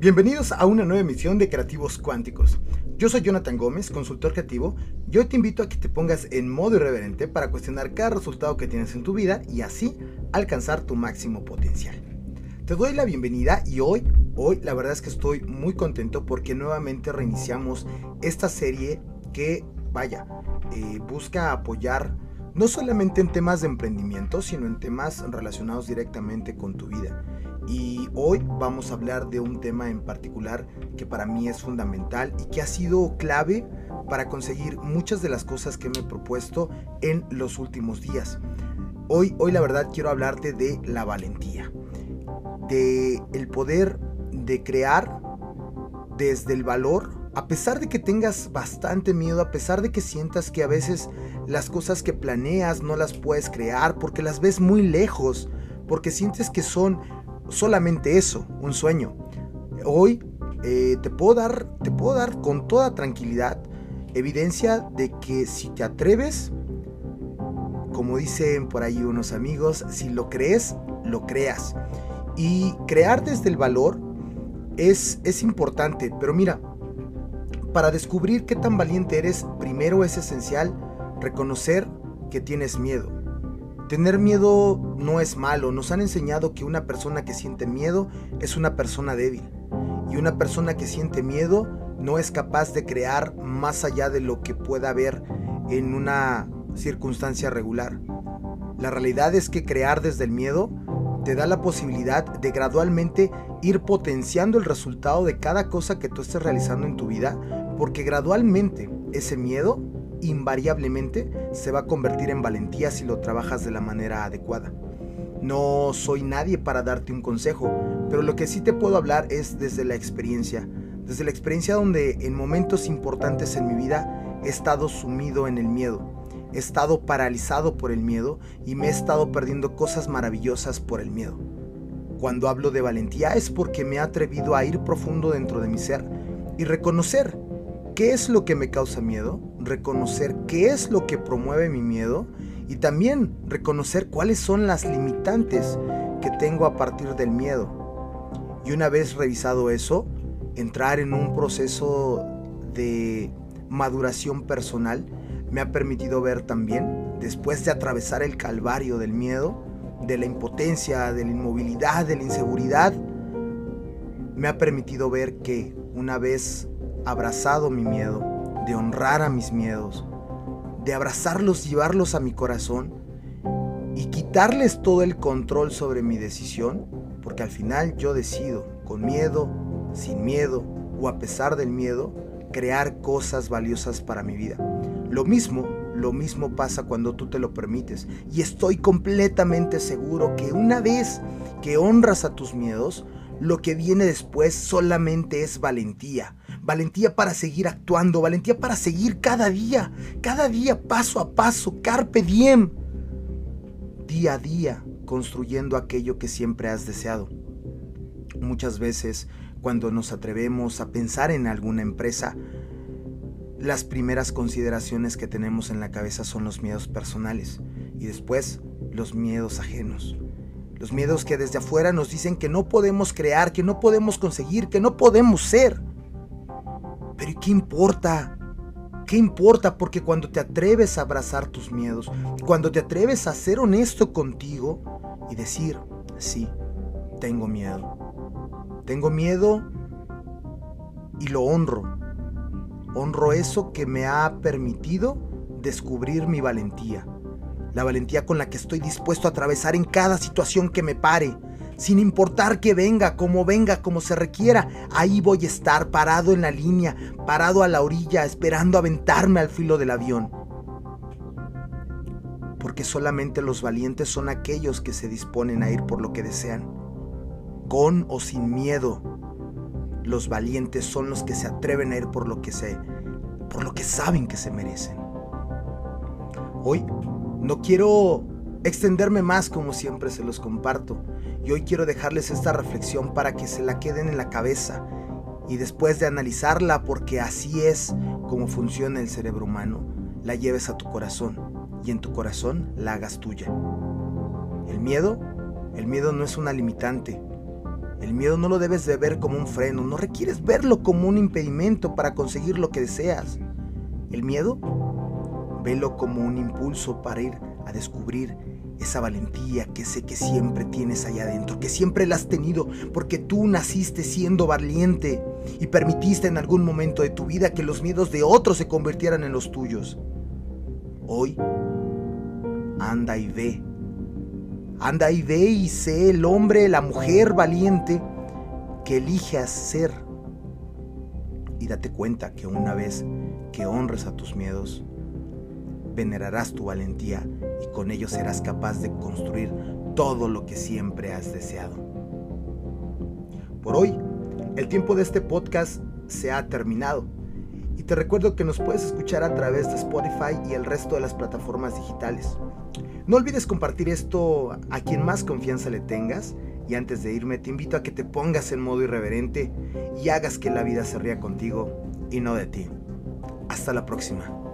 Bienvenidos a una nueva emisión de Creativos Cuánticos. Yo soy Jonathan Gómez, consultor creativo, y hoy te invito a que te pongas en modo irreverente para cuestionar cada resultado que tienes en tu vida y así alcanzar tu máximo potencial. Te doy la bienvenida y hoy la verdad es que estoy muy contento porque nuevamente reiniciamos esta serie que, busca apoyar no solamente en temas de emprendimiento, sino en temas relacionados directamente con tu vida. Y hoy vamos a hablar de un tema en particular que para mí es fundamental y que ha sido clave para conseguir muchas de las cosas que me he propuesto en los últimos días. Hoy la verdad quiero hablarte de la valentía, de el poder de crear desde el valor, a pesar de que tengas bastante miedo, a pesar de que sientas que a veces las cosas que planeas no las puedes crear porque las ves muy lejos, porque sientes que son solamente eso, un sueño. Hoy te puedo dar con toda tranquilidad evidencia de que si te atreves, como dicen por ahí unos amigos, si lo crees, lo creas. Y crear desde el valor es importante, pero mira, para descubrir qué tan valiente eres, primero es esencial reconocer que tienes miedo. Tener miedo no es malo. Nos han enseñado que una persona que siente miedo es una persona débil. Y una persona que siente miedo no es capaz de crear más allá de lo que pueda haber en una circunstancia regular. La realidad es que crear desde el miedo te da la posibilidad de gradualmente ir potenciando el resultado de cada cosa que tú estés realizando en tu vida, porque gradualmente ese miedo invariablemente se va a convertir en valentía si lo trabajas de la manera adecuada. No soy nadie para darte un consejo, pero lo que sí te puedo hablar es desde la experiencia donde en momentos importantes en mi vida he estado sumido en el miedo, he estado paralizado por el miedo y me he estado perdiendo cosas maravillosas por el miedo. Cuando hablo de valentía es porque me he atrevido a ir profundo dentro de mi ser y reconocer qué es lo que me causa miedo, reconocer qué es lo que promueve mi miedo y también reconocer cuáles son las limitantes que tengo a partir del miedo. Y una vez revisado eso, entrar en un proceso de maduración personal me ha permitido ver también, después de atravesar el calvario del miedo, de la impotencia, de la inmovilidad, de la inseguridad, me ha permitido ver que una vez abrazado mi miedo, de honrar a mis miedos, de abrazarlos, llevarlos a mi corazón y quitarles todo el control sobre mi decisión, porque al final yo decido, con miedo, sin miedo o a pesar del miedo, crear cosas valiosas para mi vida. Lo mismo pasa cuando tú te lo permites, y estoy completamente seguro que una vez que honras a tus miedos, lo que viene después solamente es valentía. Valentía para seguir actuando, valentía para seguir cada día, paso a paso, carpe diem, día a día, construyendo aquello que siempre has deseado. Muchas veces, cuando nos atrevemos a pensar en alguna empresa, las primeras consideraciones que tenemos en la cabeza son los miedos personales y después los miedos ajenos. Los miedos que desde afuera nos dicen que no podemos crear, que no podemos conseguir, que no podemos ser. Pero ¿qué importa? ¿Qué importa? Porque cuando te atreves a abrazar tus miedos, cuando te atreves a ser honesto contigo y decir, sí, tengo miedo. Tengo miedo y lo honro. Honro eso que me ha permitido descubrir mi valentía. La valentía con la que estoy dispuesto a atravesar en cada situación que me pare. Sin importar que venga, como se requiera, ahí voy a estar parado en la línea, parado a la orilla, esperando aventarme al filo del avión. Porque solamente los valientes son aquellos que se disponen a ir por lo que desean, con o sin miedo. Los valientes son los que se atreven a ir por lo que saben que se merecen. Hoy no quiero extenderme más, como siempre se los comparto, y hoy quiero dejarles esta reflexión para que se la queden en la cabeza y después de analizarla, porque así es como funciona el cerebro humano, la lleves a tu corazón y en tu corazón la hagas tuya. El miedo no es una limitante. El miedo no lo debes de ver como un freno, no requieres verlo como un impedimento para conseguir lo que deseas. El miedo, velo como un impulso para ir a descubrir esa valentía que sé que siempre tienes allá adentro, que siempre la has tenido, porque tú naciste siendo valiente y permitiste en algún momento de tu vida que los miedos de otros se convirtieran en los tuyos. Hoy, anda y ve y sé el hombre, la mujer valiente que eliges ser. Y date cuenta que una vez que honres a tus miedos, venerarás tu valentía y con ello serás capaz de construir todo lo que siempre has deseado. Por hoy, el tiempo de este podcast se ha terminado y te recuerdo que nos puedes escuchar a través de Spotify y el resto de las plataformas digitales. No olvides compartir esto a quien más confianza le tengas y antes de irme te invito a que te pongas en modo irreverente y hagas que la vida se ría contigo y no de ti. Hasta la próxima.